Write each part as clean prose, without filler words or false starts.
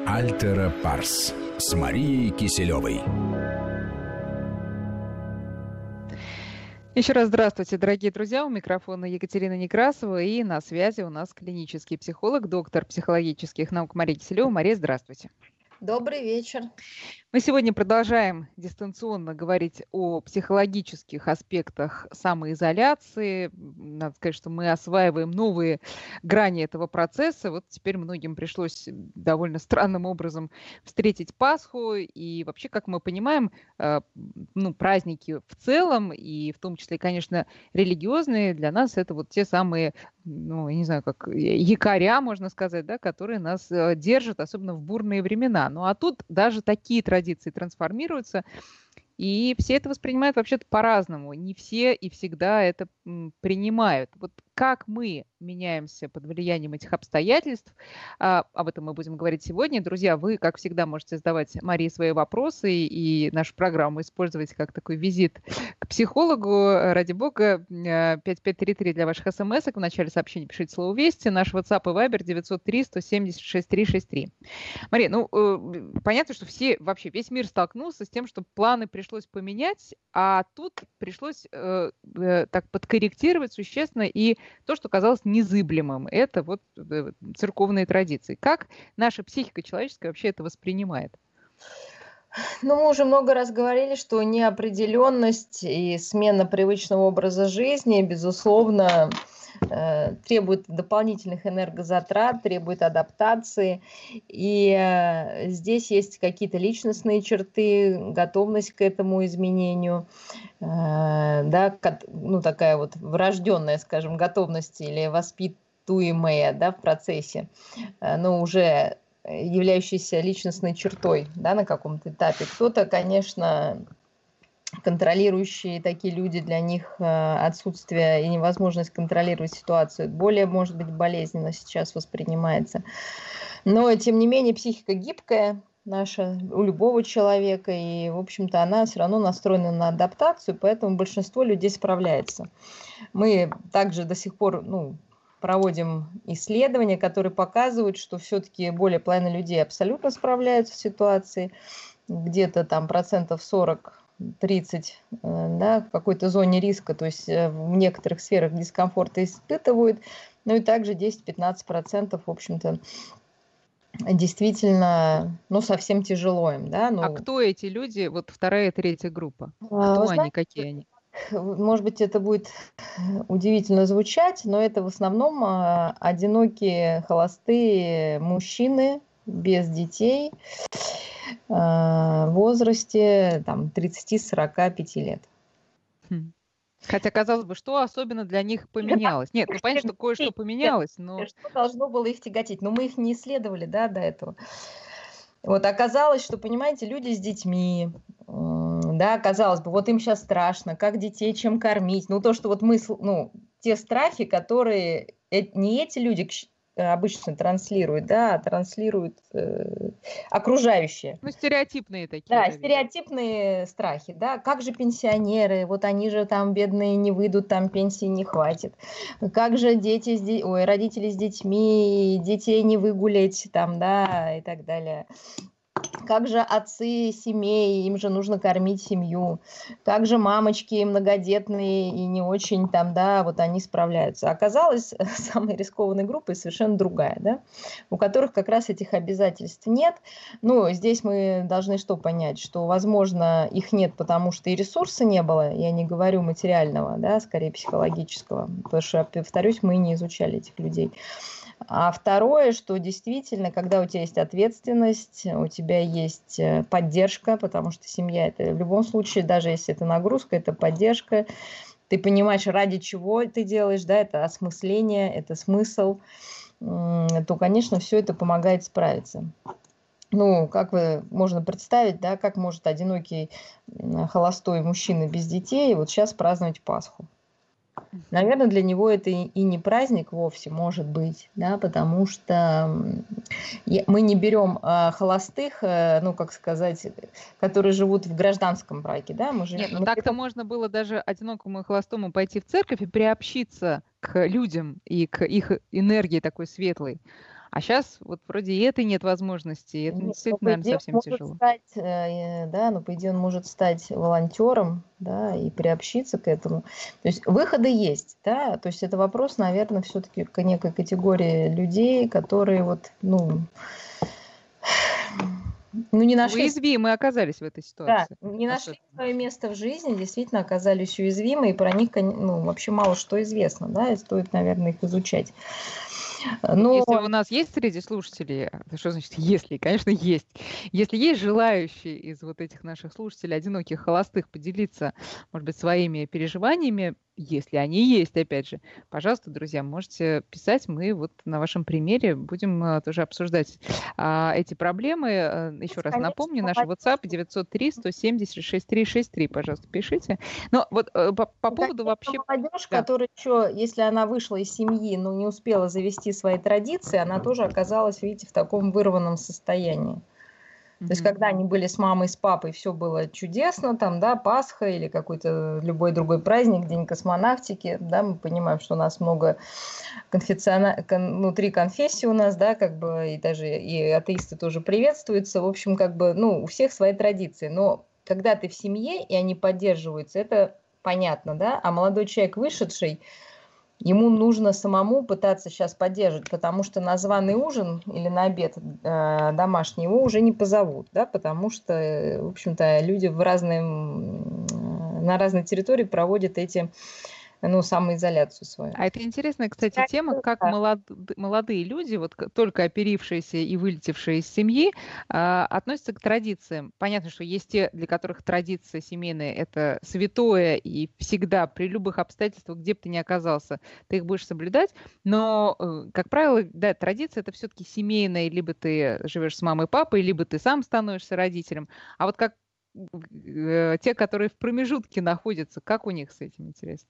Альтера Парс с Марией Киселевой. Еще раз здравствуйте, дорогие друзья. У микрофона Екатерина Некрасова, и на связи у нас клинический психолог, доктор психологических наук Мария Киселева. Мария, здравствуйте. Добрый вечер. Мы сегодня продолжаем дистанционно говорить о психологических аспектах самоизоляции. Надо сказать, что мы осваиваем новые грани этого процесса. Вот теперь многим пришлось довольно странным образом встретить Пасху. И вообще, как мы понимаем, праздники в целом, и в том числе, конечно, религиозные, для нас это вот те самые, я не знаю, как якоря, можно сказать, да, которые нас держат, особенно в бурные времена. Ну а тут даже такие традиции трансформируются, и все это воспринимают вообще-то по-разному. Не все и всегда это принимают. Вот как мы меняемся под влиянием этих обстоятельств, об этом мы будем говорить сегодня. Друзья, вы, как всегда, можете задавать Марии свои вопросы и нашу программу использовать как такой визит к психологу. Ради бога, 5533 для ваших смс-ок. В начале сообщения пишите слово «Вести». Наш WhatsApp и Viber 903-170-6363. Мария, понятно, что весь мир столкнулся с тем, что планы пришлось поменять, а тут пришлось так подкорректировать существенно и то, что казалось незыблемым. Это вот церковные традиции. Как наша психика человеческая вообще это воспринимает? Мы уже много раз говорили, что неопределенность и смена привычного образа жизни, безусловно, требует дополнительных энергозатрат, требует адаптации. И здесь есть какие-то личностные черты, готовность к этому изменению, такая вот врожденная, скажем, готовность или воспитуемая, в процессе, но уже являющаяся личностной чертой, на каком-то этапе. Кто-то, конечно, контролирующие такие люди, для них отсутствие и невозможность контролировать ситуацию более, может быть, болезненно сейчас воспринимается. Но, тем не менее, психика гибкая наша, у любого человека, и, в общем-то, она все равно настроена на адаптацию, поэтому большинство людей справляется. Мы также до сих пор, проводим исследования, которые показывают, что все-таки более половины людей абсолютно справляются в ситуации, где-то там 40-30% в какой-то зоне риска, то есть в некоторых сферах дискомфорта испытывают, и также 10-15%, в общем-то, действительно, совсем тяжело им. А кто эти люди, вот вторая и третья группа? Кто они, какие они? Может быть, это будет удивительно звучать, но это в основном одинокие, холостые мужчины без детей в возрасте 30-45 лет. Хотя, казалось бы, что особенно для них поменялось? Нет, понятно, что кое-что поменялось, но... Что должно было их тяготить? Но мы их не исследовали, до этого. Вот оказалось, что, понимаете, люди с детьми, казалось бы, вот им сейчас страшно, как детей чем кормить. То, что вот мы, те страхи, которые не эти люди обычно транслируют, а транслируют окружающие. Стереотипные такие. Да, стереотипные страхи, Как же пенсионеры, вот они же там бедные не выйдут, там пенсии не хватит. Как же родители с детьми, детей не выгулять, и так далее. Как же отцы семей, им же нужно кормить семью. Как же мамочки многодетные и не очень вот они справляются. Оказалось, самой рискованной группой совершенно другая, у которых как раз этих обязательств нет. Здесь мы должны что понять, что, возможно, их нет, потому что и ресурса не было, я не говорю материального, скорее психологического, потому что, повторюсь, мы не изучали этих людей. А второе, что действительно, когда у тебя есть ответственность, у тебя есть поддержка, потому что семья – это в любом случае, даже если это нагрузка, это поддержка. Ты понимаешь, ради чего ты делаешь, это осмысление, это смысл, то, конечно, все это помогает справиться. Как можно представить, как может одинокий холостой мужчина без детей вот сейчас праздновать Пасху. Наверное, для него это и не праздник вовсе, может быть, потому что мы не берем холостых, которые живут в гражданском браке, Нет, так-то можно было даже одинокому и холостому пойти в церковь и приобщиться к людям и к их энергии такой светлой. А сейчас вот вроде и этой нет возможности, и это Нет, ну, действительно, по наверное, идее, совсем он может тяжело. стать, да, ну, по идее, он может стать волонтером, да, и приобщиться к этому. То есть выходы есть, да, то есть это вопрос, наверное, все-таки к некой категории людей, которые вот, ну, не нашли, Уязвимы оказались в этой да, ситуации. не нашли Особенно. свое место в жизни, действительно оказались уязвимы, и про них, ну, вообще мало что известно, да, и стоит, наверное, их изучать. Вот Но если у нас есть среди слушателей, что значит если? Конечно, есть. Если есть желающие из вот этих наших слушателей, одиноких, холостых, поделиться, может быть, своими переживаниями, если они есть, опять же, пожалуйста, друзья, можете писать, мы вот на вашем примере будем тоже обсуждать эти проблемы. Еще раз конечно, напомню, наш молодежь. WhatsApp 903-170-6363, пожалуйста, пишите. Но вот по Ну, поводу конечно, вообще... молодежь, Да. которая еще, если она вышла из семьи, но не успела завести свои традиции, она тоже оказалась, видите, в таком вырванном состоянии. То есть, Мгм. когда они были с мамой, с папой, все было чудесно, там, да, Пасха или какой-то любой другой праздник, День космонавтики, да, мы понимаем, что у нас много внутри конфессии у нас, да, как бы, и даже и атеисты тоже приветствуются, в общем, как бы, ну, у всех свои традиции, но когда ты в семье, и они поддерживаются, это понятно, да, а молодой человек, вышедший, ему нужно самому пытаться сейчас поддерживать, потому что на званый ужин или на обед домашний его уже не позовут, да, потому что, в общем-то, люди на разной территории проводят ну, самоизоляцию свою. А это интересная, кстати, тема, как молодые люди, вот только оперившиеся и вылетевшие из семьи, относятся к традициям. Понятно, что есть те, для которых традиция семейная– это святое, и всегда, при любых обстоятельствах, где бы ты ни оказался, ты их будешь соблюдать. Но, как правило, да, традиция– это все-таки семейная, либо ты живешь с мамой и папой, либо ты сам становишься родителем. А вот как те, которые в промежутке находятся, как у них с этим, интересно?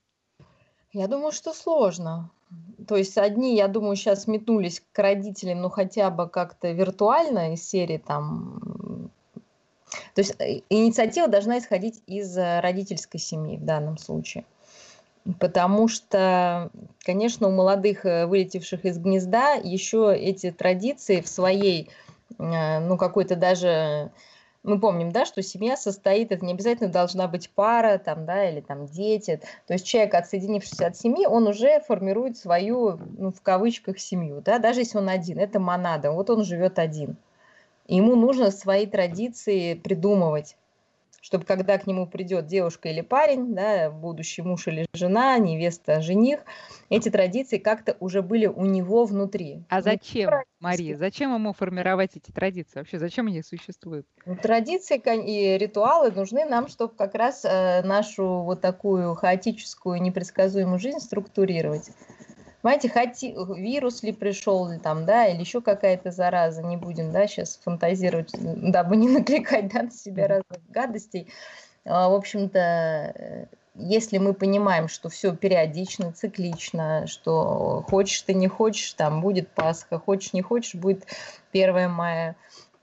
Я думаю, что сложно. То есть одни, я думаю, сейчас метнулись к родителям, ну хотя бы как-то виртуально из серии там. То есть инициатива должна исходить из родительской семьи в данном случае. Потому что, конечно, у молодых, вылетевших из гнезда, еще эти традиции в своей, ну, какой-то даже... Мы помним, да, что семья состоит, это не обязательно должна быть пара, там, да, или там дети. То есть человек, отсоединившийся от семьи, он уже формирует свою, ну, в кавычках, семью, да, даже если он один, это монада, вот он живет один. И ему нужно свои традиции придумывать, чтобы когда к нему придет девушка или парень, да, будущий муж или жена, невеста, жених, эти традиции как-то уже были у него внутри. А Не зачем, Мария, практически. зачем ему формировать эти традиции? Вообще, зачем они существуют? Ну, традиции и ритуалы нужны нам, чтобы как раз нашу вот такую хаотическую, непредсказуемую жизнь структурировать. Понимаете, вирус ли пришел, или там, да, или еще какая-то зараза, не будем, да, сейчас фантазировать, дабы не накликать, да, на себя разных гадостей. В общем-то, если мы понимаем, что все периодично, циклично, что хочешь ты, не хочешь, там будет Пасха, хочешь, не хочешь, будет 1 мая,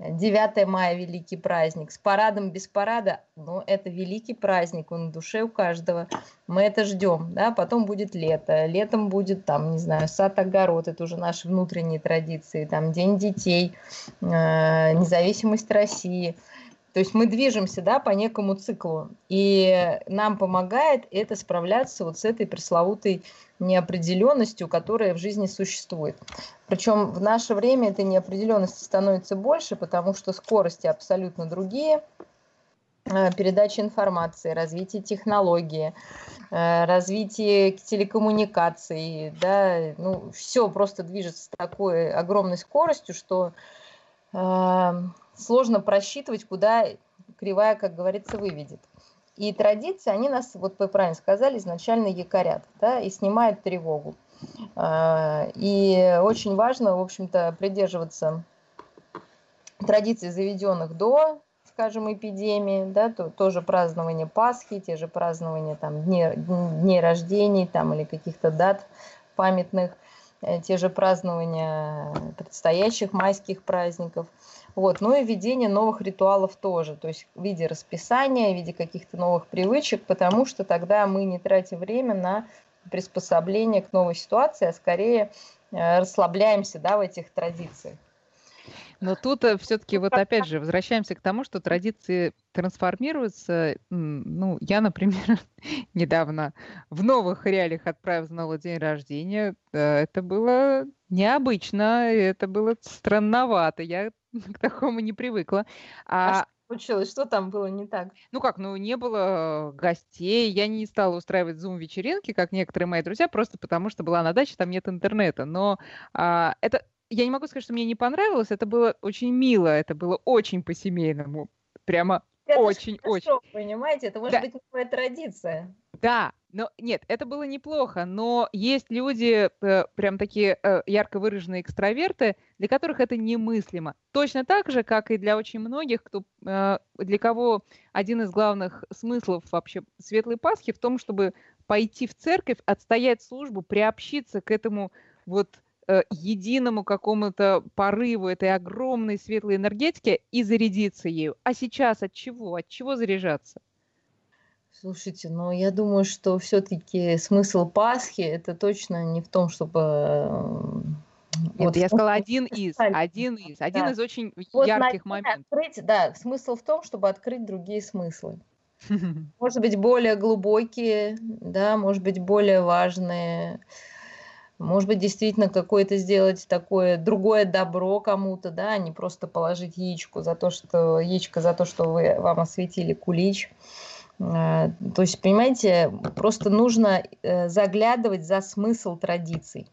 9 мая великий праздник, с парадом, без парада, но это великий праздник, он в душе у каждого, мы это ждем, да, потом будет лето, летом будет там, не знаю, сад-огород, это уже наши внутренние традиции, там День детей, независимость России. То есть мы движемся, да, по некому циклу, и нам помогает это справляться вот с этой пресловутой неопределенностью, которая в жизни существует. Причем в наше время этой неопределенности становится больше, потому что скорости абсолютно другие, передача информации, развитие технологий, развитие телекоммуникаций, да, ну, все просто движется с такой огромной скоростью, что сложно просчитывать, куда кривая, как говорится, выведет. И традиции, они нас, вот вы правильно сказали, изначально якорят, да, и снимают тревогу. И очень важно, в общем-то, придерживаться традиций, заведенных до, скажем, эпидемии, да, тоже празднование Пасхи, те же празднования там, дней рождений там, или каких-то дат памятных, те же празднования предстоящих майских праздников. Вот. Ну и введение новых ритуалов тоже, то есть в виде расписания, в виде каких-то новых привычек, потому что тогда мы не тратим время на приспособление к новой ситуации, а скорее расслабляемся, да, в этих традициях. Но тут все-таки вот опять же возвращаемся к тому, что традиции трансформируются. Ну, я, например, недавно в новых реалиях отпраздновала день рождения. Это было необычно, это было странновато. Я к такому не привыкла. А что случилось? Что там было не так? Ну как, ну не было гостей, я не стала устраивать зум-вечеринки, как некоторые мои друзья, просто потому что была на даче, там нет интернета. Но это, я не могу сказать, что мне не понравилось, это было очень мило, это было очень по-семейному, прямо очень-очень. Понимаете, это может быть новая традиция. Да, но нет, это было неплохо, но есть люди, прям такие ярко выраженные экстраверты, для которых это немыслимо. Точно так же, как и для очень многих, для кого один из главных смыслов вообще Светлой Пасхи в том, чтобы пойти в церковь, отстоять службу, приобщиться к этому вот единому какому-то порыву этой огромной светлой энергетики и зарядиться ею. А сейчас от чего? От чего заряжаться? Слушайте, ну я думаю, что все-таки смысл Пасхи это точно не в том, чтобы... Нет, я сказала один из очень ярких моментов. Да, смысл в том, чтобы открыть другие смыслы. Может быть, более глубокие, да, может быть, более важные. Может быть, действительно какое-то сделать такое другое добро кому-то, да, а не просто положить яичко за то, что вам осветили кулич. То есть, понимаете, просто нужно заглядывать за смысл традиций.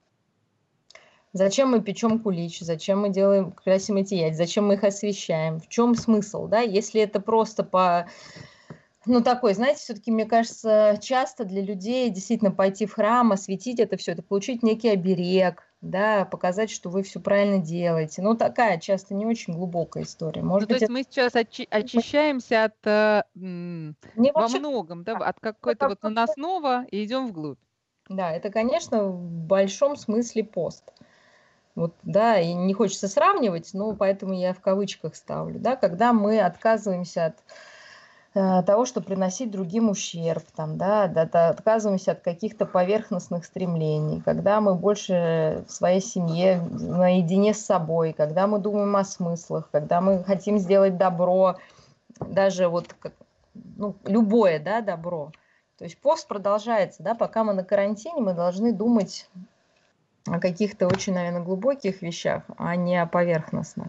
Зачем мы печем кулич, зачем мы красим эти яйца, зачем мы их освещаем, в чем смысл, да, если это просто ну, такой, знаете, все-таки, мне кажется, часто для людей действительно пойти в храм, осветить это все, это получить некий оберег, да, показать, что вы все правильно делаете. Ну, такая часто не очень глубокая история. Может быть, то есть мы сейчас очищаемся во многом, да, от какой-то вот наносного и идем вглубь. Да, это, конечно, в большом смысле пост. Вот, да, и не хочется сравнивать, но поэтому я в кавычках ставлю, да, когда мы отказываемся от того, что приносить другим ущерб, там, да, отказываемся от каких-то поверхностных стремлений, когда мы больше в своей семье наедине с собой, когда мы думаем о смыслах, когда мы хотим сделать добро, даже вот любое, да, добро. То есть пост продолжается, да, пока мы на карантине, мы должны думать о каких-то очень, наверное, глубоких вещах, а не о поверхностных.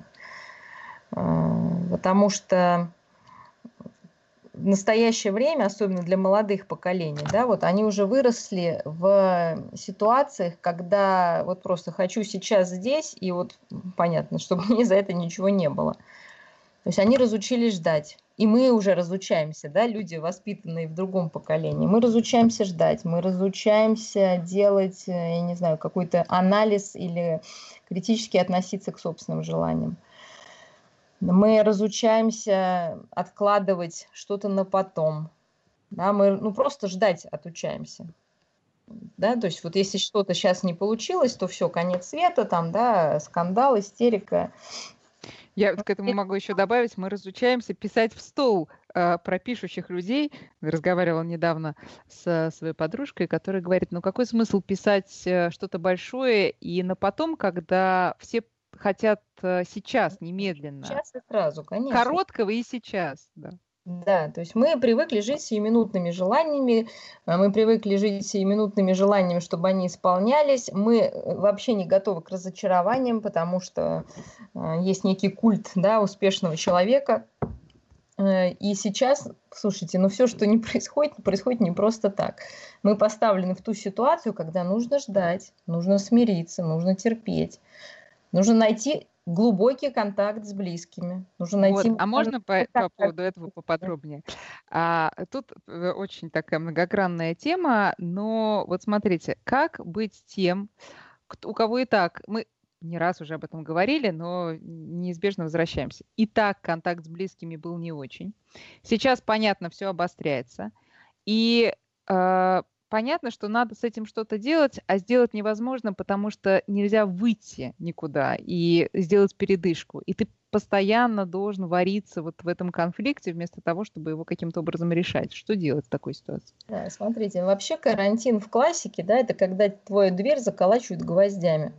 Потому что в настоящее время, особенно для молодых поколений, да, вот они уже выросли в ситуациях, когда вот просто хочу сейчас здесь, и вот понятно, чтобы мне за это ничего не было. То есть они разучились ждать. И мы уже разучаемся, да, люди, воспитанные в другом поколении. Мы разучаемся ждать, мы разучаемся делать, я не знаю, какой-то анализ или критически относиться к собственным желаниям. Мы разучаемся откладывать что-то на потом. Да, мы просто ждать отучаемся. Да, то есть вот если что-то сейчас не получилось, то все, конец света, там, да, скандал, истерика. Я вот к этому могу еще добавить, мы разучаемся писать в стол про пишущих людей. Разговаривала недавно со своей подружкой, которая говорит, ну какой смысл писать что-то большое и на потом, когда все хотят сейчас, немедленно. Сейчас и сразу, конечно. Короткого и сейчас, да. Да, то есть мы привыкли жить сиюминутными желаниями, мы привыкли жить сиюминутными желаниями, чтобы они исполнялись. Мы вообще не готовы к разочарованиям, потому что есть некий культ, да, успешного человека. И сейчас, слушайте, все, что не происходит, происходит не просто так. Мы поставлены в ту ситуацию, когда нужно ждать, нужно смириться, нужно терпеть. Нужно найти глубокий контакт с близкими. Нужно найти... Вот. А можно по поводу этого поподробнее? Тут очень такая многогранная тема, но вот смотрите, как быть тем, у кого и так... Мы не раз уже об этом говорили, но неизбежно возвращаемся. И так контакт с близкими был не очень. Сейчас, понятно, все обостряется. И понятно, что надо с этим что-то делать, а сделать невозможно, потому что нельзя выйти никуда и сделать передышку. И ты постоянно должен вариться вот в этом конфликте вместо того, чтобы его каким-то образом решать. Что делать в такой ситуации? Да, смотрите, вообще карантин в классике, да, это когда твою дверь заколачивают гвоздями.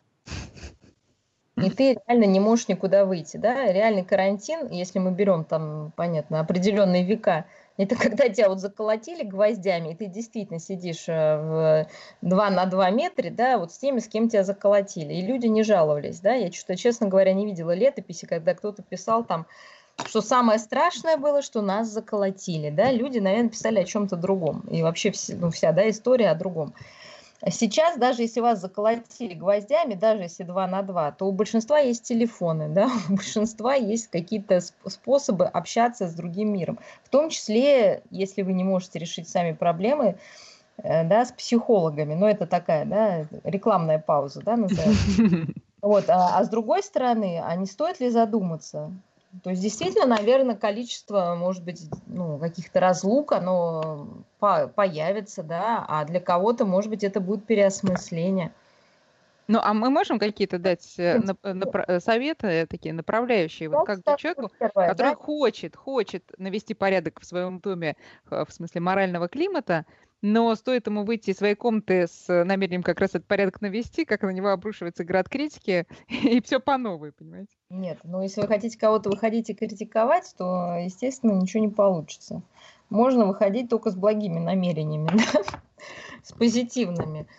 И ты реально не можешь никуда выйти, да, реальный карантин, если мы берем там, понятно, определенные века, это когда тебя вот заколотили гвоздями, и ты действительно сидишь в 2 на 2 метра, да, вот с теми, с кем тебя заколотили, и люди не жаловались, да, я что-то, честно говоря, не видела летописи, когда кто-то писал там, что самое страшное было, что нас заколотили, да, люди, наверное, писали о чем-то другом, и вообще вся, да, история о другом. Сейчас, даже если вас заколотили гвоздями, даже если 2 на 2, то у большинства есть телефоны, да? У большинства есть какие-то способы общаться с другим миром. В том числе, если вы не можете решить сами проблемы, да, с психологами. Но это такая, да, рекламная пауза, да, называется. Вот. А с другой стороны, а не стоит ли задуматься? То есть действительно, наверное, количество, может быть, ну, каких-то разлук, оно появится, да, а для кого-то, может быть, это будет переосмысление. Ну, а мы можем какие-то дать советы, такие направляющие, вот как человеку, который хочет навести порядок в своем доме, в смысле морального климата, но стоит ему выйти из своей комнаты с намерением как раз этот порядок навести, как на него обрушивается град критики, и все по новой, понимаете? Нет, ну если вы хотите кого-то выходить и критиковать, то, естественно, ничего не получится. Можно выходить только с благими намерениями, да? С позитивными.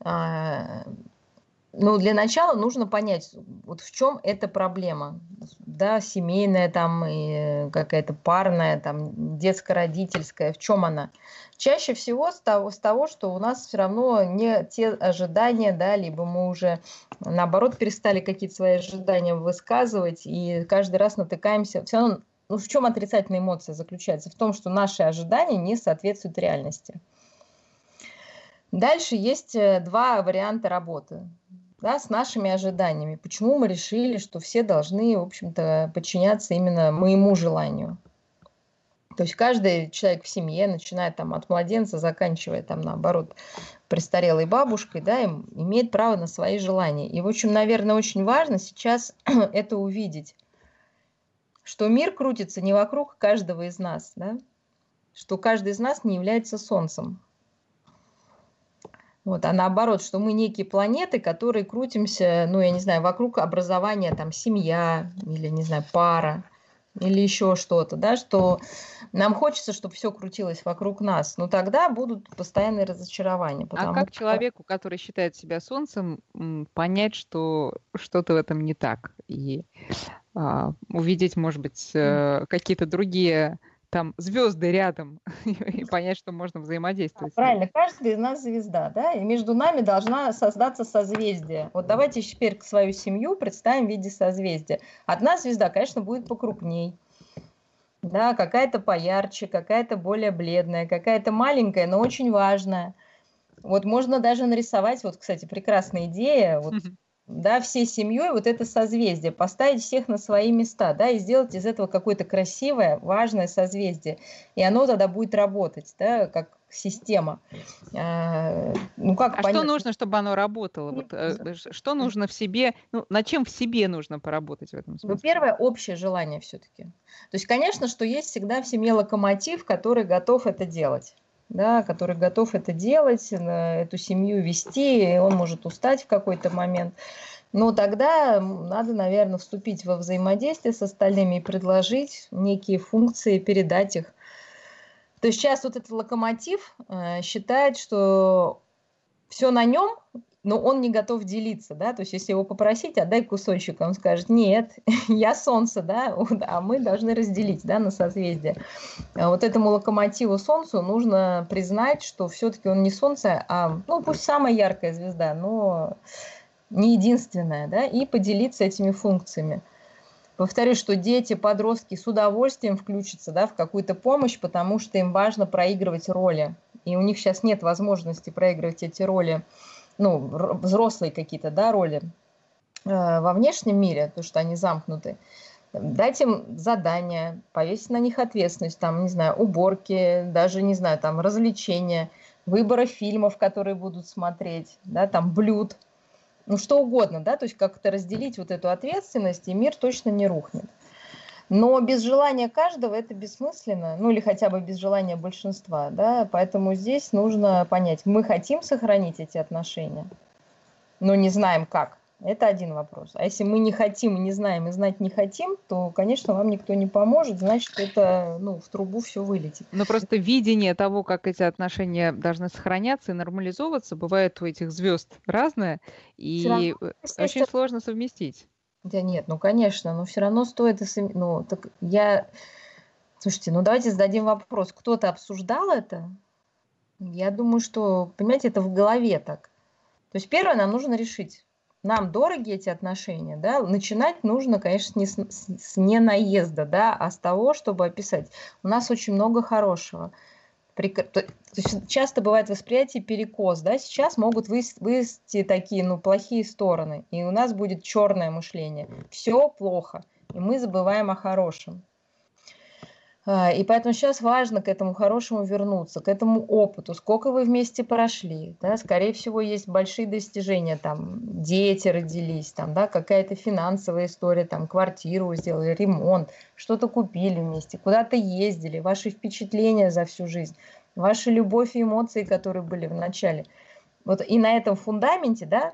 Ну, для начала нужно понять, вот в чем эта проблема. Да, семейная там, и какая-то парная, там, детско-родительская, в чем она? Чаще всего с того, что у нас все равно не те ожидания, да, либо мы уже, наоборот, перестали какие-то свои ожидания высказывать, и каждый раз натыкаемся. Все равно, ну, в чем отрицательная эмоция заключается? В том, что наши ожидания не соответствуют реальности. Дальше есть 2 варианта работы. Да, с нашими ожиданиями. Почему мы решили, что все должны, в общем-то, подчиняться именно моему желанию? То есть каждый человек в семье, начиная там от младенца, заканчивая там, наоборот, престарелой бабушкой, да, имеет право на свои желания. И, в общем, наверное, очень важно сейчас это увидеть, что мир крутится не вокруг каждого из нас, да, что каждый из нас не является солнцем. Вот, а наоборот, что мы некие планеты, которые крутимся, ну, я не знаю, вокруг образования, там, семья, или, не знаю, пара, или еще что-то, да, что нам хочется, чтобы все крутилось вокруг нас, но тогда будут постоянные разочарования. А как человеку, который считает себя солнцем, понять, что что-то в этом не так, и увидеть, может быть, какие-то другие там звезды рядом и понять, что можно взаимодействовать. Правильно, каждый из нас звезда, да, и между нами должна создаться созвездие. Вот давайте теперь свою семью представим в виде созвездия. Одна звезда, конечно, будет покрупней, да, какая-то поярче, какая-то более бледная, какая-то маленькая, но очень важная. Вот можно даже нарисовать, вот, кстати, прекрасная идея, вот, да, всей семьей вот это созвездие, поставить всех на свои места, да, и сделать из этого какое-то красивое, важное созвездие. И оно тогда будет работать, да, как система. Ну, как понять? Что нужно, чтобы оно работало? Вот, что нужно в себе, ну, над чем в себе нужно поработать в этом смысле? Ну, первое, общее желание все-таки. То есть, конечно, что есть всегда в семье локомотив, который готов это делать. Да, который готов это делать, эту семью вести, и он может устать в какой-то момент. Но тогда надо, наверное, вступить во взаимодействие с остальными и предложить некие функции, передать их. То есть сейчас вот этот локомотив считает, что все на нем, но он не готов делиться, да, то есть если его попросить, отдай кусочек, он скажет, нет, я солнце, да, а мы должны разделить, да, на созвездие. А вот этому локомотиву солнцу нужно признать, что все-таки он не солнце, а, ну, пусть самая яркая звезда, но не единственная, да, и поделиться этими функциями. Повторюсь, что дети, подростки с удовольствием включатся, да, в какую-то помощь, потому что им важно проигрывать роли, и у них сейчас нет возможности проигрывать эти роли, ну, взрослые какие-то, да, роли во внешнем мире, потому что они замкнуты. Дать им задания, повесить на них ответственность, там, не знаю, уборки, даже, не знаю, там, развлечения, выбора фильмов, которые будут смотреть, да, там блюд, ну что угодно, да, то есть как-то разделить вот эту ответственность, и мир точно не рухнет. Но без желания каждого это бессмысленно, ну или хотя бы без желания большинства, да, поэтому здесь нужно понять, мы хотим сохранить эти отношения, но не знаем как. Это один вопрос. А если мы не хотим, не знаем и знать не хотим, то, конечно, вам никто не поможет, значит, это, ну, в трубу все вылетит. Но просто видение того, как эти отношения должны сохраняться и нормализовываться, бывает у этих звезд разное, Все равно, и очень естественно, сложно совместить. да нет, ну, конечно, но все равно стоит, ну, так я, слушайте, ну, давайте зададим вопрос, кто-то обсуждал это? Я думаю, что, понимаете, это в голове так. То есть первое нам нужно решить. Нам дороги эти отношения, да, начинать нужно, конечно, не не наезда, да, а с того, чтобы описать. У нас очень много хорошего. То есть часто бывает восприятие перекос, да, сейчас могут вывести такие, ну, плохие стороны, и у нас будет черное мышление. Все плохо, и мы забываем о хорошем. И поэтому сейчас важно к этому хорошему вернуться, к этому опыту, сколько вы вместе прошли, да, скорее всего, есть большие достижения, там, дети родились, там, да, какая-то финансовая история, там, квартиру сделали, ремонт, что-то купили вместе, куда-то ездили, ваши впечатления за всю жизнь, ваши любовь и эмоции, которые были в начале. Вот и на этом фундаменте, да,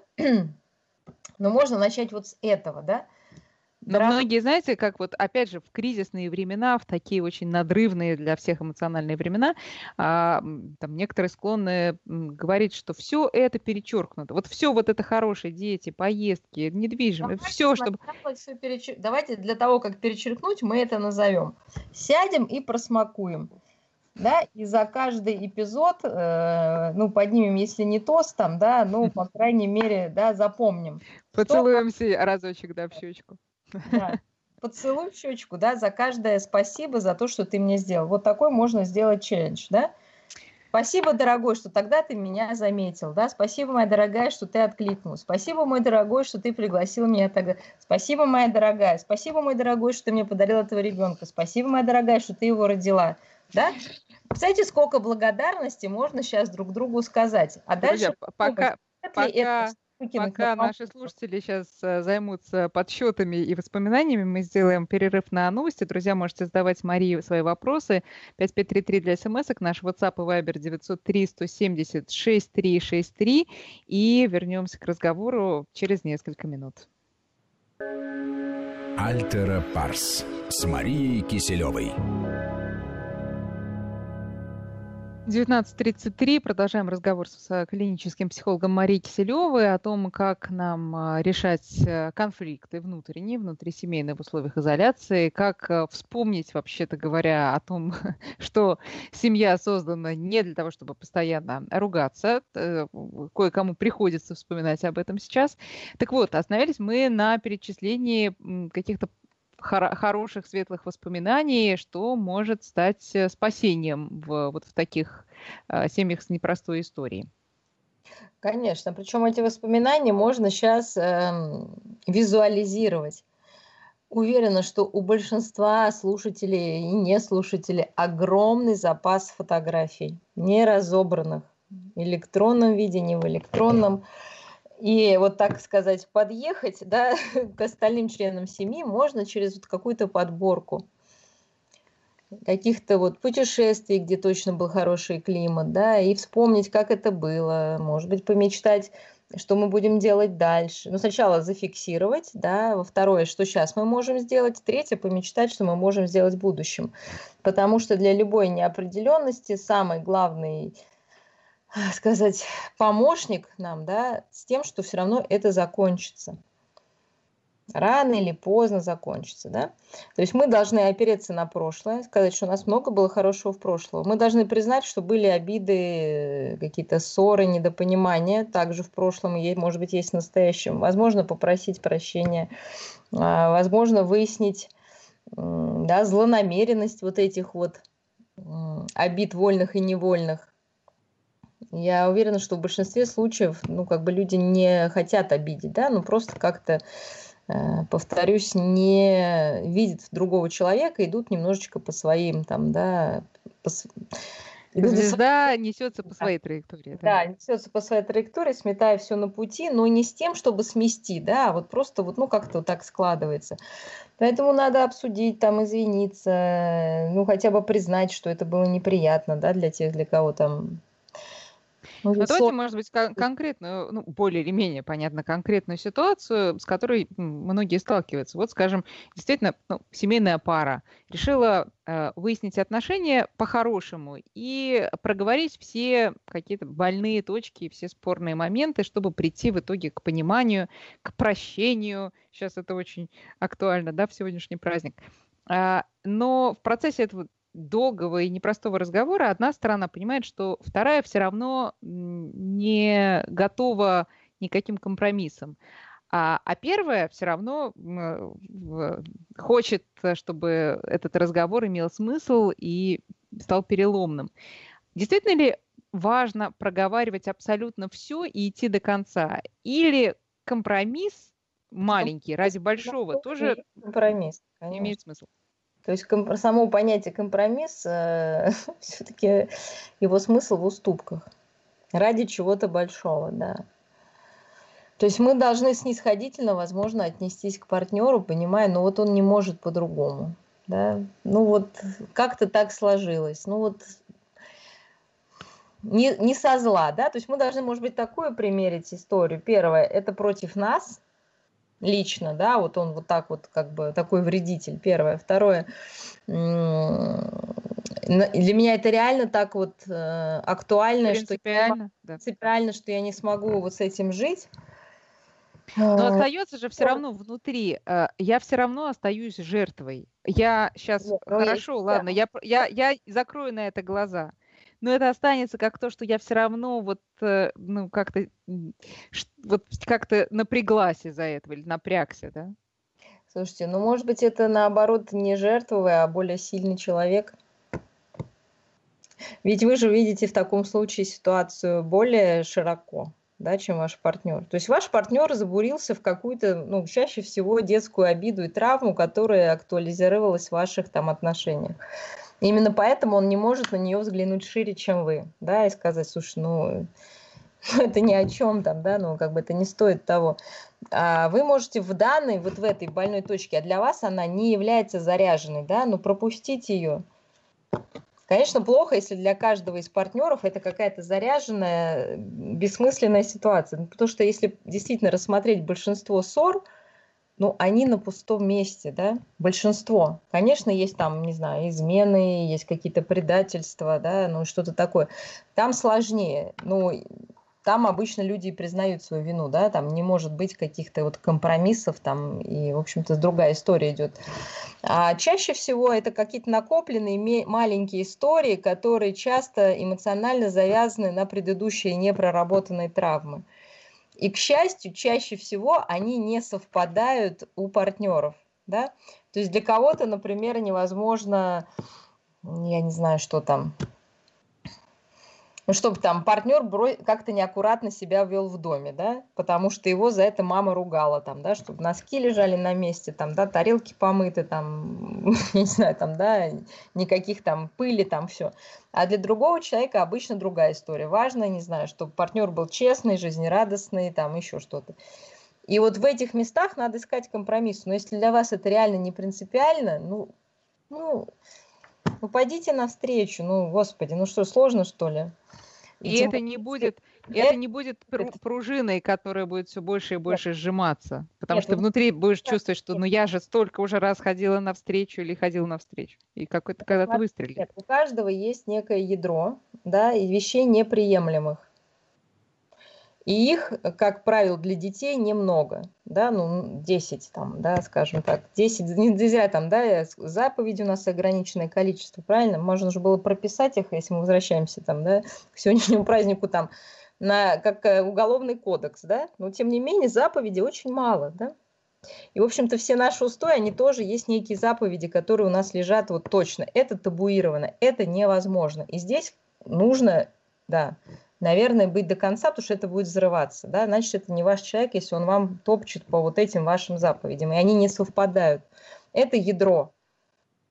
но можно начать вот с этого, да. Но многие, знаете, как вот, опять же, в кризисные времена, в такие очень надрывные для всех эмоциональные времена, там некоторые склонны говорить, что все это перечеркнуто. Вот все вот это хорошие дети, поездки, недвижимость, все, чтобы... Давайте для того, как перечеркнуть, мы это назовем. Сядем и просмакуем. Да, и за каждый эпизод, ну, поднимем, если не тост там, да, ну, по крайней мере, да, запомним. Поцелуемся разочек, да, в щечку. Да. Поцелуй в щечку, да, за каждое спасибо за то, что ты мне сделал. Вот такой можно сделать челлендж, да. Спасибо, дорогой, что тогда ты меня заметил, да. Спасибо, моя дорогая, что ты откликнулась. Спасибо, мой дорогой, что ты пригласил меня тогда. Спасибо, моя дорогая. Спасибо, мой дорогой, что ты мне подарил этого ребенка. Спасибо, моя дорогая, что ты его родила, да. Представляете, сколько благодарности можно сейчас друг другу сказать. А друзья, дальше пока наши слушатели сейчас займутся подсчетами и воспоминаниями, мы сделаем перерыв на новости. Друзья, можете задавать Марии свои вопросы. 5533 для смс-ок, наш WhatsApp и Viber 903-170-6363. И вернемся к разговору через несколько минут. Альтера Парс с Марией Киселевой. 19:33. Продолжаем разговор с клиническим психологом Марией Киселевой о том, как нам решать конфликты внутрисемейные в условиях изоляции, как вспомнить, вообще-то говоря, о том, что семья создана не для того, чтобы постоянно ругаться. Кое-кому приходится вспоминать об этом сейчас. Так вот, остановились мы на перечислении каких-то хороших, светлых воспоминаний, что может стать спасением вот в таких семьях с непростой историей. Конечно, причем эти воспоминания можно сейчас визуализировать. Уверена, что у большинства слушателей и неслушателей огромный запас фотографий, не разобранных в электронном виде, не в электронном. И вот, так сказать, подъехать, да, к остальным членам семьи можно через вот какую-то подборку каких-то вот путешествий, где точно был хороший климат, да, и вспомнить, как это было, может быть, помечтать, что мы будем делать дальше. Ну, сначала зафиксировать, да, во второе, что сейчас мы можем сделать, третье, помечтать, что мы можем сделать в будущем. Потому что для любой неопределенности самый главный, сказать, помощник нам, да, с тем, что все равно это закончится. Рано или поздно закончится, да. То есть мы должны опереться на прошлое, сказать, что у нас много было хорошего в прошлом. Мы должны признать, что были обиды, какие-то ссоры, недопонимания также в прошлом, и, может быть, есть в настоящем. Возможно, попросить прощения, возможно, выяснить, да, злонамеренность вот этих вот обид вольных и невольных. Я уверена, что в большинстве случаев, ну, как бы люди не хотят обидеть, да, ну, просто как-то, повторюсь, не видят другого человека, идут немножечко по своим, там, да, Звезда несется по своей траектории. Да, несется по своей траектории, сметая все на пути, но не с тем, чтобы смести, да, а вот просто вот, ну, как-то вот так складывается. Поэтому надо обсудить, там, извиниться, ну, хотя бы признать, что это было неприятно, да, для тех, для кого там... Ну, давайте, может быть, конкретную, ну, более или менее, понятно, конкретную ситуацию, с которой многие сталкиваются. Вот, скажем, действительно, семейная пара решила выяснить отношения по-хорошему и проговорить все какие-то больные точки, все спорные моменты, чтобы прийти в итоге к пониманию, к прощению. Сейчас это очень актуально, да, в сегодняшний праздник. Но в процессе этого долгого и непростого разговора одна сторона понимает, что вторая все равно не готова никаким компромиссам. А первая все равно хочет, чтобы этот разговор имел смысл и стал переломным. Действительно ли важно проговаривать абсолютно все и идти до конца? Или компромисс маленький ради большого тоже компромисс, конечно. Имеет смысл? То есть само понятие компромисс, все-таки его смысл в уступках ради чего-то большого, да. То есть мы должны снисходительно, возможно, отнестись к партнеру, понимая, ну вот он не может по-другому, да. Ну вот как-то так сложилось, ну вот не со зла, да. То есть мы должны, может быть, такую примерить историю. Первое, это против нас, лично, да, вот он вот так вот как бы такой вредитель, первое. Второе, для меня это реально так вот актуально, принципиально, что я не смогу вот с этим жить. Но остается же все равно внутри, я все равно остаюсь жертвой. Я сейчас, хорошо, ладно, я закрою на это глаза. Но это останется как то, что я все равно вот, ну, как-то напряглась из-за этого или напрягся, да? Слушайте, ну, может быть, это наоборот не жертвовый, а более сильный человек. Ведь вы же видите в таком случае ситуацию более широко, да, чем ваш партнер. То есть ваш партнер забурился в какую-то, ну, чаще всего детскую обиду и травму, которая актуализировалась в ваших там отношениях. Именно поэтому он не может на нее взглянуть шире, чем вы, да, и сказать, слушай, ну, это ни о чем там, да, ну, как бы это не стоит того. А вы можете в данной, вот в этой больной точке, а для вас она не является заряженной, да, ну, пропустить ее. Конечно, плохо, если для каждого из партнеров это какая-то заряженная, бессмысленная ситуация, потому что если действительно рассмотреть большинство ссор, ну, они на пустом месте, да, большинство. Конечно, есть там, не знаю, измены, есть какие-то предательства, да, ну, что-то такое. Там сложнее, ну, там обычно люди признают свою вину, да, там не может быть каких-то вот компромиссов там, и, в общем-то, другая история идет. А чаще всего это какие-то накопленные маленькие истории, которые часто эмоционально завязаны на предыдущие непроработанные травмы. И, к счастью, чаще всего они не совпадают у партнеров, да. То есть для кого-то, например, невозможно, я не знаю, что там, ну, чтобы там партнер как-то неаккуратно себя вел в доме, да, потому что его за это мама ругала, там, да, чтобы носки лежали на месте, там, да, тарелки помыты, там, не знаю, там, да, никаких там пыли, там, все. А для другого человека обычно другая история. Важно, не знаю, чтобы партнер был честный, жизнерадостный, там, еще что-то. И вот в этих местах надо искать компромисс. Но если для вас это реально не принципиально, ну, пойдите навстречу, ну, господи, ну что, сложно, что ли? И это не будет пружиной, которая будет все больше и больше сжиматься. Потому что внутри будешь чувствовать, что ну я же столько уже раз ходила навстречу или ходил навстречу. И какой-то когда-то выстрелил. Нет, у каждого есть некое ядро, да, и вещей неприемлемых. И их, как правило, для детей немного, да, ну, 10 там, да, скажем так, 10, нельзя там, да, заповеди у нас ограниченное количество, правильно? Можно же было прописать их, если мы возвращаемся там, да, к сегодняшнему празднику там, как уголовный кодекс, да, но тем не менее заповедей очень мало, да. И, в общем-то, все наши устои, они тоже есть некие заповеди, которые у нас лежат вот точно. Это табуировано, это невозможно. И здесь нужно, да, наверное, быть до конца, потому что это будет взрываться, да, значит, это не ваш человек, если он вам топчет по вот этим вашим заповедям, и они не совпадают. Это ядро.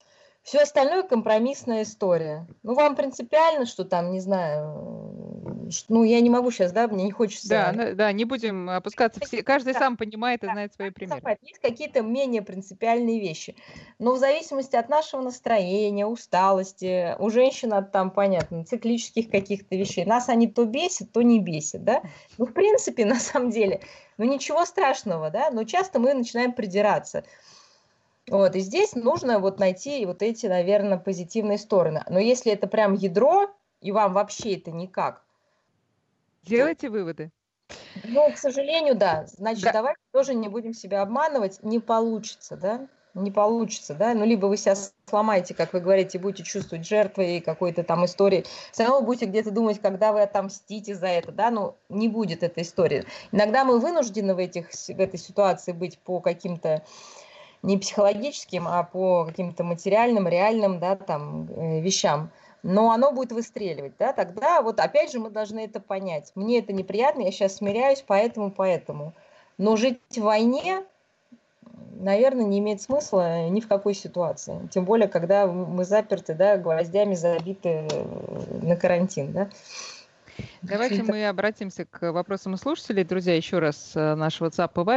Все остальное компромиссная история. Ну, вам принципиально, что там, не знаю, ну, я не могу сейчас, да, мне не хочется. Да, не будем опускаться. Каждый сам понимает и знает свои примеры. Есть какие-то менее принципиальные вещи. Но в зависимости от нашего настроения, усталости, у женщин от там, понятно, циклических каких-то вещей, нас они то бесят, то не бесят, да. Ну, в принципе, на самом деле, ну, ничего страшного, да, но часто мы начинаем придираться. Вот, и здесь нужно вот найти вот эти, наверное, позитивные стороны. Но если это прям ядро, и вам вообще это никак, Делайте выводы. ну, к сожалению, да. Значит, Да. давайте тоже не будем себя обманывать. Не получится, да? Не получится, да? Ну, либо вы себя сломаете, как вы говорите, будете чувствовать жертвой какой-то там истории. Все равно вы будете где-то думать, когда вы отомстите за это, да? Ну, не будет этой истории. Иногда мы вынуждены в этой ситуации быть по каким-то не психологическим, а по каким-то материальным, реальным, да, там, вещам. Но оно будет выстреливать, да, тогда вот опять же мы должны это понять. Мне это неприятно, я сейчас смиряюсь, поэтому. Но жить в войне, наверное, не имеет смысла ни в какой ситуации. Тем более, когда мы заперты, да, гвоздями забиты на карантин, да. Давайте мы обратимся к вопросам слушателей. Друзья, еще раз наш WhatsApp и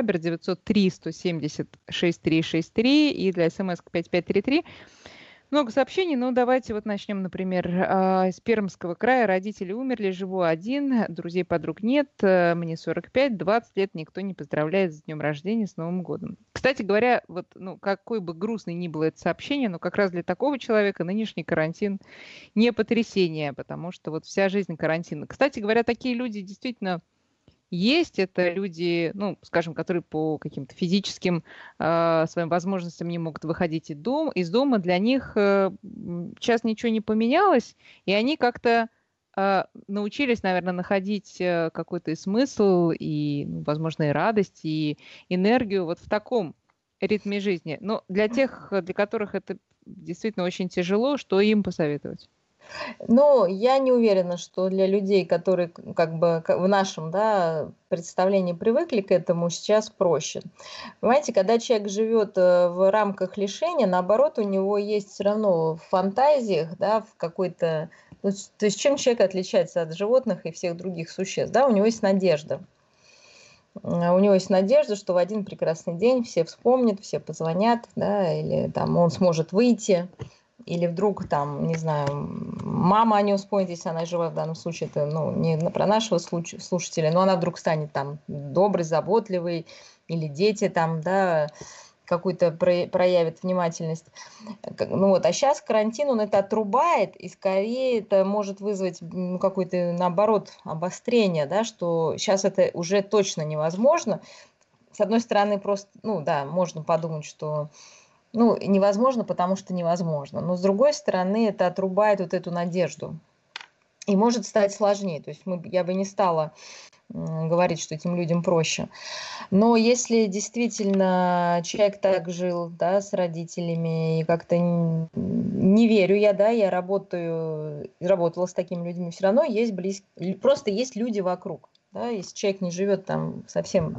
Viber 903-170-6363 и для смс 5533. Много сообщений, но давайте вот начнем, например, из Пермского края. Родители умерли, живу один, друзей, подруг нет, мне 45, 20 лет, никто не поздравляет с днем рождения, с Новым годом. Кстати говоря, вот, ну, какой бы грустный ни было это сообщение, но как раз для такого человека нынешний карантин не потрясение, потому что вот вся жизнь карантина. Кстати говоря, такие люди действительно есть. Это люди, ну, скажем, которые по каким-то физическим своим возможностям не могут выходить из дома. Для них сейчас ничего не поменялось, и они как-то научились, наверное, находить какой-то смысл и, ну, возможно, и радость, и энергию вот в таком ритме жизни. Но для тех, для которых это действительно очень тяжело, что им посоветовать? Ну, я не уверена, что для людей, которые как бы в нашем, да, представлении привыкли к этому, сейчас проще. Понимаете, когда человек живет в рамках лишения, наоборот, у него есть все равно в фантазиях, да, в какой-то... Ну, то есть чем человек отличается от животных и всех других существ? Да, у него есть надежда. У него есть надежда, что в один прекрасный день все вспомнят, все позвонят, да, или там он сможет выйти. Или вдруг там, не знаю, мама о нем вспомнит, если она жива в данном случае, это, ну, не про нашего слушателя, но она вдруг станет там добрый, заботливый, или дети там, да, какую-то проявят внимательность. Ну вот, а сейчас карантин, он это отрубает, и скорее это может вызвать какое-то, наоборот, обострение, да, что сейчас это уже точно невозможно. С одной стороны, просто, ну да, можно подумать, что ну, невозможно, потому что невозможно. Но с другой стороны, это отрубает вот эту надежду. И может стать сложнее. То есть я бы не стала говорить, что этим людям проще. Но если действительно человек так жил, да, с родителями, и как-то не верю я, да, я работала с такими людьми, все равно есть просто есть люди вокруг. Да, если человек не живет там совсем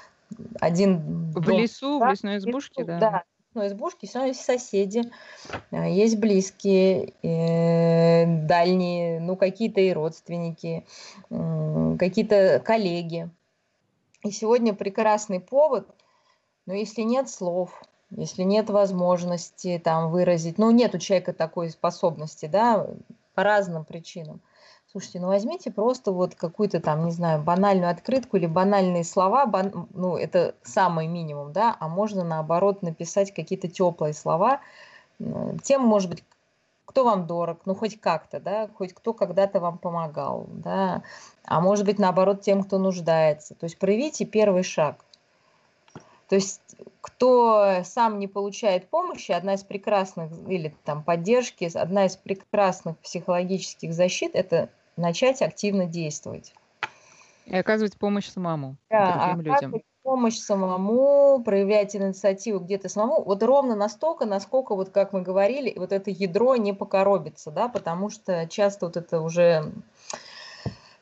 один В дом, лесу, в да, лесной избушке, да. да, но избушки, все равно есть соседи, есть близкие, дальние, ну, какие-то и родственники, какие-то коллеги. И сегодня прекрасный повод, но если нет слов, если нет возможности там выразить, ну, нет у человека такой способности, да, по разным причинам. Слушайте, ну возьмите просто вот какую-то там, не знаю, банальную открытку или банальные слова, ну это самый минимум, да, а можно наоборот написать какие-то теплые слова, тем, может быть, кто вам дорог, ну хоть как-то, да, хоть кто когда-то вам помогал, да, а может быть наоборот тем, кто нуждается. То есть проявите первый шаг. То есть кто сам не получает помощи, одна из прекрасных, или там поддержки, одна из прекрасных психологических защит – это начать активно действовать. И оказывать помощь самому, Да, другим людям. Помощь самому, проявлять инициативу где-то самому, вот ровно настолько, насколько, вот как мы говорили, вот это ядро не покоробится, да, потому что часто вот это уже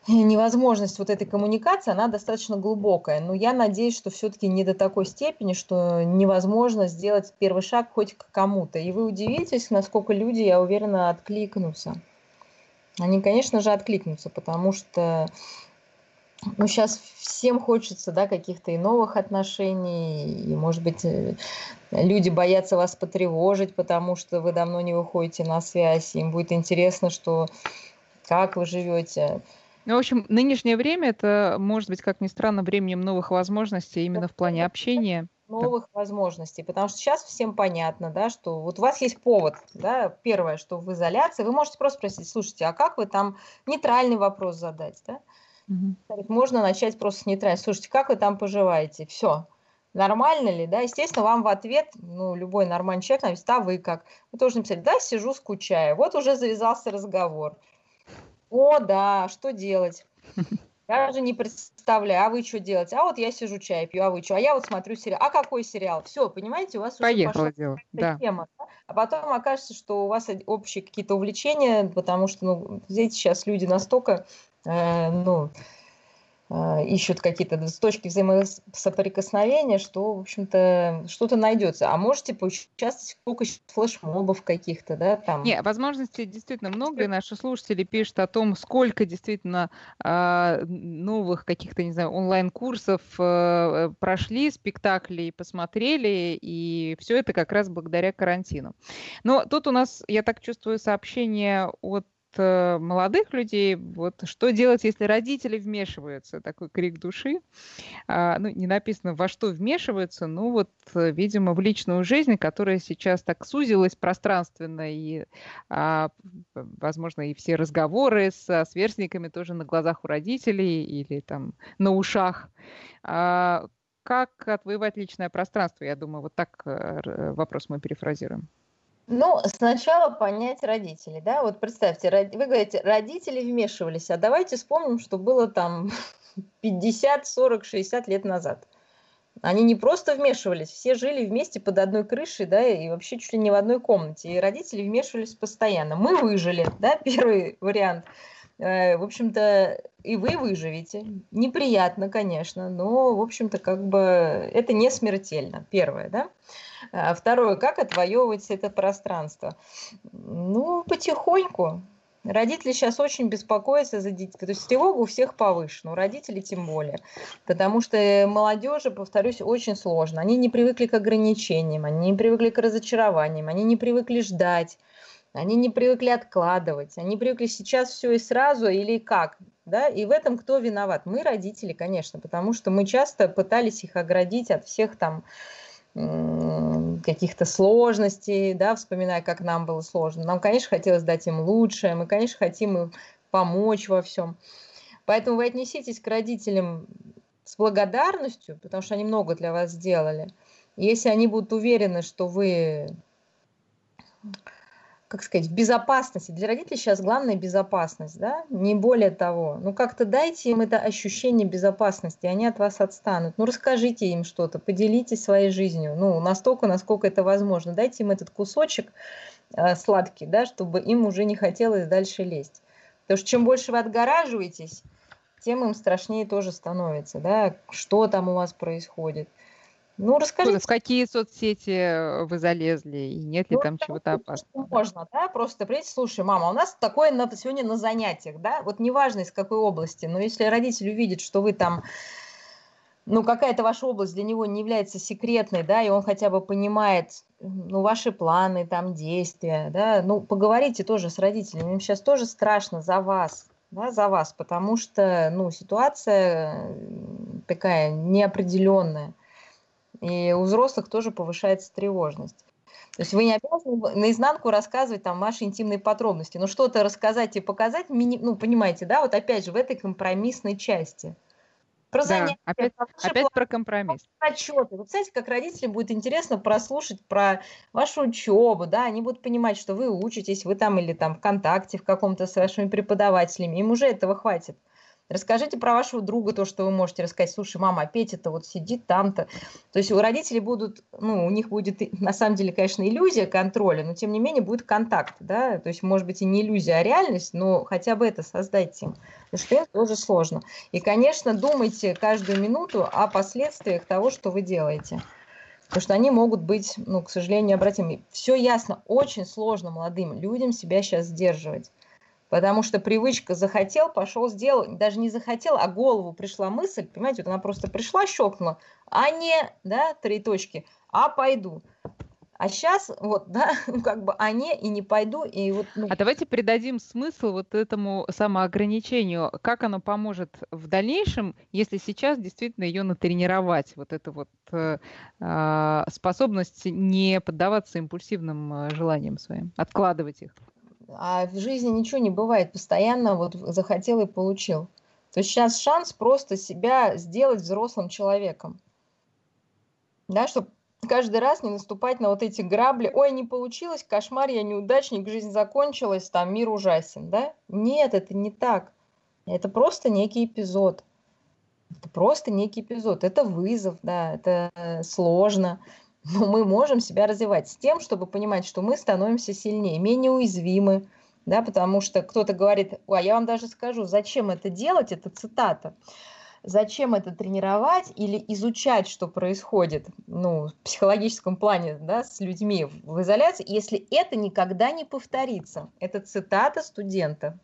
невозможность вот этой коммуникации, она достаточно глубокая. Но я надеюсь, что все-таки не до такой степени, что невозможно сделать первый шаг хоть к кому-то. И вы удивитесь, насколько люди, я уверена, откликнутся. Они, конечно же, откликнутся, потому что сейчас всем хочется, да, каких-то и новых отношений, и, может быть, люди боятся вас потревожить, потому что вы давно не выходите на связь, им будет интересно, что как вы живете. Ну, в общем, нынешнее время это, может быть, как ни странно, временем новых возможностей именно в плане общения. Новых возможностей, потому что сейчас всем понятно, да, что вот у вас есть повод, да, первое, что в изоляции, вы можете просто спросить, слушайте, а как вы там, нейтральный вопрос задать, да? Можно начать просто с нейтрального. Слушайте, как вы там поживаете? Все. Нормально ли, да? Естественно, вам в ответ, любой нормальный человек напишет, а вы как? Вы тоже написали, да, сижу, скучаю. Вот уже завязался разговор. О, да, что делать? Я же не представляю, а вы что делаете? А вот я сижу, чай пью, а вы что? А я вот смотрю сериал. А какой сериал? Все, понимаете, у вас уже пошла дело. Да. тема. Да? А потом окажется, что у вас общие какие-то увлечения, потому что, видите, сейчас люди настолько, ищут какие-то точки взаимосоприкосновения, что, в общем-то, что-то найдется. А можете поучаствовать сколько флешмобов каких-то, да, там. Не, возможностей действительно много, и наши слушатели пишут о том, сколько действительно новых каких-то, не знаю, онлайн-курсов прошли, спектаклей посмотрели, и все это как раз благодаря карантину. Но тут у нас, я так чувствую, сообщение от молодых людей, вот что делать, если родители вмешиваются, такой крик души. Не написано, во что вмешиваются, видимо, в личную жизнь, которая сейчас так сузилась пространственно, и, возможно, и все разговоры со сверстниками тоже на глазах у родителей или там на ушах. Как отвоевать личное пространство? Я думаю, вот так вопрос мы перефразируем. Сначала понять родителей, да, вот представьте, вы говорите, родители вмешивались, а давайте вспомним, что было там 50, 40, 60 лет назад. Они не просто вмешивались, все жили вместе под одной крышей, да, и вообще чуть ли не в одной комнате, и родители вмешивались постоянно. Мы выжили, да, первый вариант. В общем-то, и вы выживете. Неприятно, конечно, но, в общем-то, как бы это не смертельно, первое, да. Второе, как отвоевывать это пространство? Потихоньку. Родители сейчас очень беспокоятся за детей. То есть тревога у всех повышена, у родителей тем более. Потому что молодежи, повторюсь, очень сложно. Они не привыкли к ограничениям, они не привыкли к разочарованиям, они не привыкли ждать, они не привыкли откладывать, они привыкли сейчас все и сразу или как. Да? И в этом кто виноват? Мы, родители, конечно, потому что мы часто пытались их оградить от всех там каких-то сложностей, да, вспоминая, как нам было сложно. Нам, конечно, хотелось дать им лучшее, мы, конечно, хотим им помочь во всем. Поэтому вы отнеситесь к родителям с благодарностью, потому что они много для вас сделали. И если они будут уверены, что вы, как сказать, в безопасности. Для родителей сейчас главная безопасность, да, не более того. Как-то дайте им это ощущение безопасности, они от вас отстанут. Расскажите им что-то, поделитесь своей жизнью, настолько, насколько это возможно. Дайте им этот кусочек сладкий, да, чтобы им уже не хотелось дальше лезть. Потому что чем больше вы отгораживаетесь, тем им страшнее тоже становится, да, что там у вас происходит. Расскажите. В какие соцсети вы залезли, и нет ли там чего-то опасного? Можно, да, просто прийти, слушай, мама, у нас такое сегодня на занятиях, да, вот неважно из какой области, но если родитель увидит, что вы там, какая-то ваша область для него не является секретной, да, и он хотя бы понимает, ваши планы, там, действия, да, поговорите тоже с родителями, им сейчас тоже страшно за вас, да, за вас, потому что, ситуация такая неопределенная. И у взрослых тоже повышается тревожность. То есть вы не обязаны наизнанку рассказывать там ваши интимные подробности, но что-то рассказать и показать, понимаете, да, вот опять же в этой компромиссной части. Про занятия, опять про компромисс. Про отчеты. Вот, кстати, как родителям будет интересно прослушать про вашу учебу, да, они будут понимать, что вы учитесь, вы там или там ВКонтакте в каком-то с вашими преподавателями, им уже этого хватит. Расскажите про вашего друга то, что вы можете рассказать. Слушай, мама, а Петя-то вот сидит там-то. То есть у родителей будут, ну, у них будет на самом деле, конечно, иллюзия контроля, но тем не менее будет контакт, да, то есть может быть и не иллюзия, а реальность, но хотя бы это создать им, потому что им тоже сложно. И, конечно, думайте каждую минуту о последствиях того, что вы делаете. Потому что они могут быть, ну, к сожалению, необратимыми. Все ясно, очень сложно молодым людям себя сейчас сдерживать. Потому что привычка захотел, пошел, сделал, даже не захотел, а голову пришла мысль, понимаете, вот она просто пришла, щелкнула, а не, да, 3 точки, а пойду. А сейчас вот, да, как бы а не и не пойду, и вот... Ну... А давайте придадим смысл вот этому самоограничению. Как оно поможет в дальнейшем, если сейчас действительно ее натренировать, вот эту вот способность не поддаваться импульсивным желаниям своим, откладывать их? А в жизни ничего не бывает, постоянно вот захотел и получил. То есть сейчас шанс просто себя сделать взрослым человеком. Да, чтобы каждый раз не наступать на вот эти грабли. Ой, не получилось, кошмар, я неудачник, жизнь закончилась, там мир ужасен, да? Нет, это не так. Это просто некий эпизод. Это просто некий эпизод. Это вызов, да, это сложно. Но мы можем себя развивать с тем, чтобы понимать, что мы становимся сильнее, менее уязвимы, да, потому что кто-то говорит, а я вам даже скажу, зачем это делать, это цитата, зачем это тренировать или изучать, что происходит, ну, в психологическом плане, да, с людьми в изоляции, если это никогда не повторится. Это цитата студента.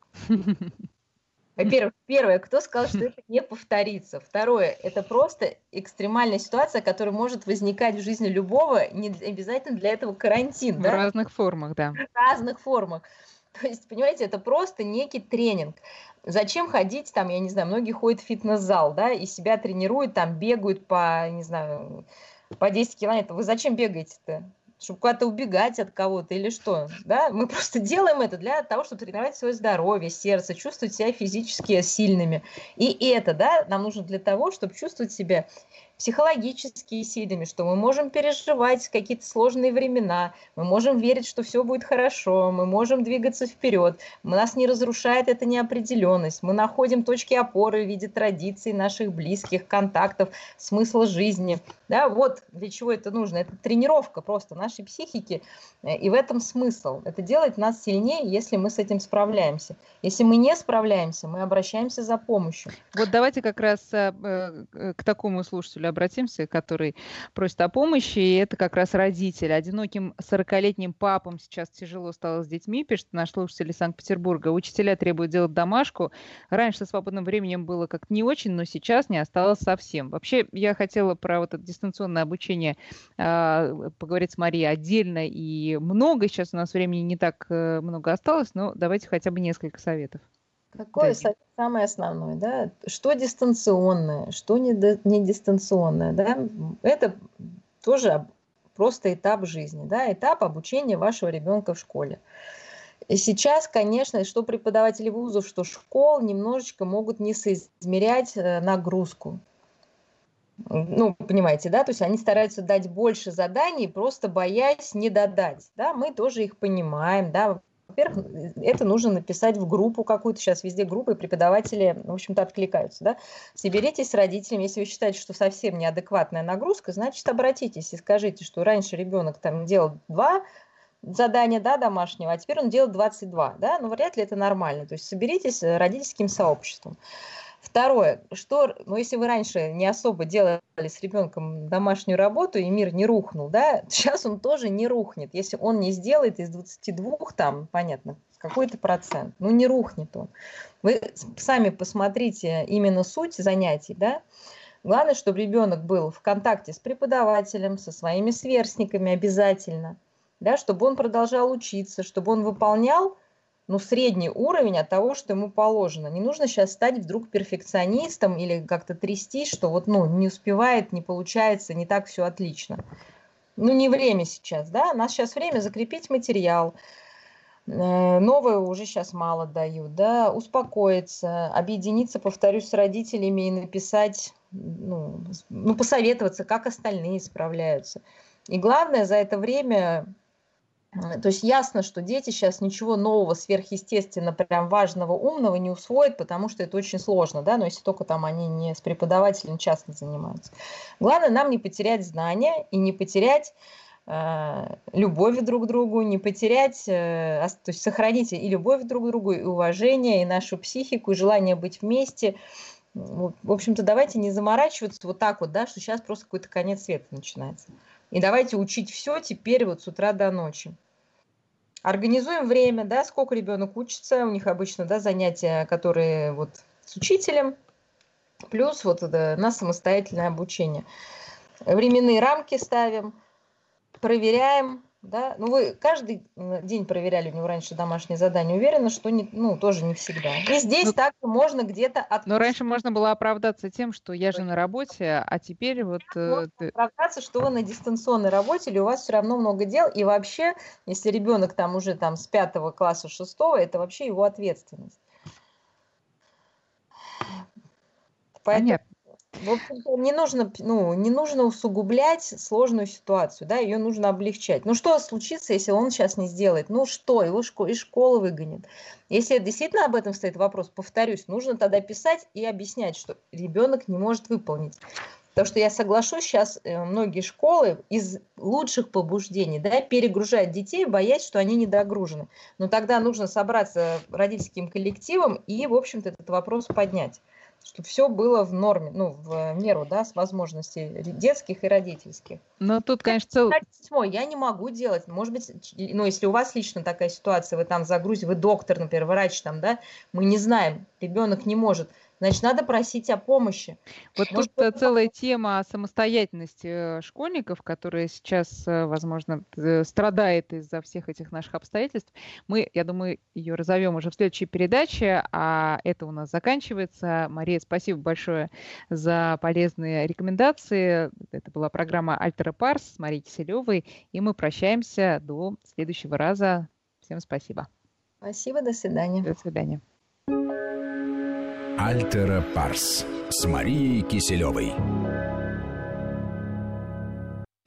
Во-первых, первое, кто сказал, что это не повторится? Второе, это просто экстремальная ситуация, которая может возникать в жизни любого, не обязательно для этого карантин. В разных формах, да. В разных формах. То есть, понимаете, это просто некий тренинг. Зачем ходить там, я не знаю, многие ходят в фитнес-зал, да, и себя тренируют, там бегают по, не знаю, по 10 километров. Вы зачем бегаете-то? Чтобы куда-то убегать от кого-то или что, да? Мы просто делаем это для того, чтобы тренировать свое здоровье, сердце, чувствовать себя физически сильными. И это, да, нам нужно для того, чтобы чувствовать себя психологически сильными, что мы можем переживать какие-то сложные времена, мы можем верить, что все будет хорошо, мы можем двигаться вперед, нас не разрушает эта неопределенность, мы находим точки опоры в виде традиций наших близких, контактов, смысла жизни. Да, вот для чего это нужно. Это тренировка просто нашей психики, и в этом смысл. Это делает нас сильнее, если мы с этим справляемся. Если мы не справляемся, мы обращаемся за помощью. Вот давайте как раз к такому слушателю обратимся, который просит о помощи, и это как раз родители. Одиноким 40-летним папам сейчас тяжело стало с детьми, пишет наш слушатель из Санкт-Петербурга. Учителя требуют делать домашку. Раньше со свободным временем было как-то не очень, но сейчас не осталось совсем. Вообще, я хотела про вот это дистанционное обучение поговорить с Марией отдельно и много. Сейчас у нас времени не так много осталось, но давайте хотя бы несколько советов. Какое самое основное, да? Что дистанционное, что не дистанционное, да? Это тоже просто этап жизни, да? Этап обучения вашего ребенка в школе. И сейчас, конечно, что преподаватели вузов, что школ немножечко могут не соизмерять нагрузку. Ну, понимаете, да? То есть они стараются дать больше заданий, просто боясь не додать, да? Мы тоже их понимаем, да? Во-первых, это нужно написать в группу какую-то, сейчас везде группы, и преподаватели, в общем-то, откликаются, да. Соберитесь с родителями, если вы считаете, что совсем неадекватная нагрузка, значит, обратитесь и скажите, что раньше ребенок там делал 2 задания, да, домашнего, а теперь он делает 22, да, но вряд ли это нормально, то есть соберитесь с родительским сообществом. Второе, что, ну, если вы раньше не особо делали с ребенком домашнюю работу, и мир не рухнул, да, сейчас он тоже не рухнет. Если он не сделает из 22, там, понятно, какой-то процент, ну, не рухнет он. Вы сами посмотрите именно суть занятий, да. Главное, чтобы ребенок был в контакте с преподавателем, со своими сверстниками обязательно, да, чтобы он продолжал учиться, чтобы он выполнял, ну, средний уровень от того, что ему положено. Не нужно сейчас стать вдруг перфекционистом или как-то трястись, что вот, ну, не успевает, не получается, не так все отлично. Ну, не время сейчас, да, у нас сейчас время закрепить материал, новое уже сейчас мало дают, да, успокоиться, объединиться, повторюсь, с родителями и написать, ну, посоветоваться, как остальные справляются. И главное за это время То есть ясно, что дети сейчас ничего нового, сверхъестественно, прям важного, умного не усвоят, потому что это очень сложно, да, но если только там они не с преподавателем частно занимаются. Главное нам не потерять знания и не потерять любовь друг к другу, не потерять, то есть сохранить и любовь друг к другу, и уважение, и нашу психику, и желание быть вместе. В общем-то, давайте не заморачиваться вот так вот, да, что сейчас просто какой-то конец света начинается. И давайте учить все теперь вот с утра до ночи. Организуем время, да, сколько ребенок учится, у них обычно, да, занятия, которые вот с учителем, плюс вот на самостоятельное обучение. Временные рамки ставим, проверяем, да, ну вы каждый день проверяли у него раньше домашние задания, уверена, что тоже не всегда. И здесь так можно где-то отпустить. Но раньше можно было оправдаться тем, что я же на работе, а теперь вот... Можно оправдаться, что вы на дистанционной работе, или у вас все равно много дел, и вообще, если ребенок там уже там с 5 класса, 6, это вообще его ответственность. Поэтому, в общем-то, не нужно усугублять сложную ситуацию, да, ее нужно облегчать. Ну что случится, если он сейчас не сделает? Ну что, его из школы выгонят? Если действительно об этом стоит вопрос, повторюсь, нужно тогда писать и объяснять, что ребенок не может выполнить. Потому что я соглашусь, сейчас многие школы из лучших побуждений, да, перегружают детей, боясь, что они недогружены. Но тогда нужно собраться родительским коллективом и, в общем-то, этот вопрос поднять. Чтобы все было в норме, в меру, да, с возможностей детских и родительских. Но тут, конечно, я не могу делать. Может быть, если у вас лично такая ситуация, вы там загрузите, вы доктор, например, врач там, да, мы не знаем, ребенок не может. Значит, надо просить о помощи. Вот тут целая тема о самостоятельности школьников, которая сейчас, возможно, страдает из-за всех этих наших обстоятельств. Мы, я думаю, ее разовьем уже в следующей передаче, а это у нас заканчивается. Мария, спасибо большое за полезные рекомендации. Это была программа «Альтера Парс» с Марией Киселевой, и мы прощаемся до следующего раза. Всем спасибо. Спасибо, до свидания. До свидания. «Альтера Парс» с Марией Киселевой.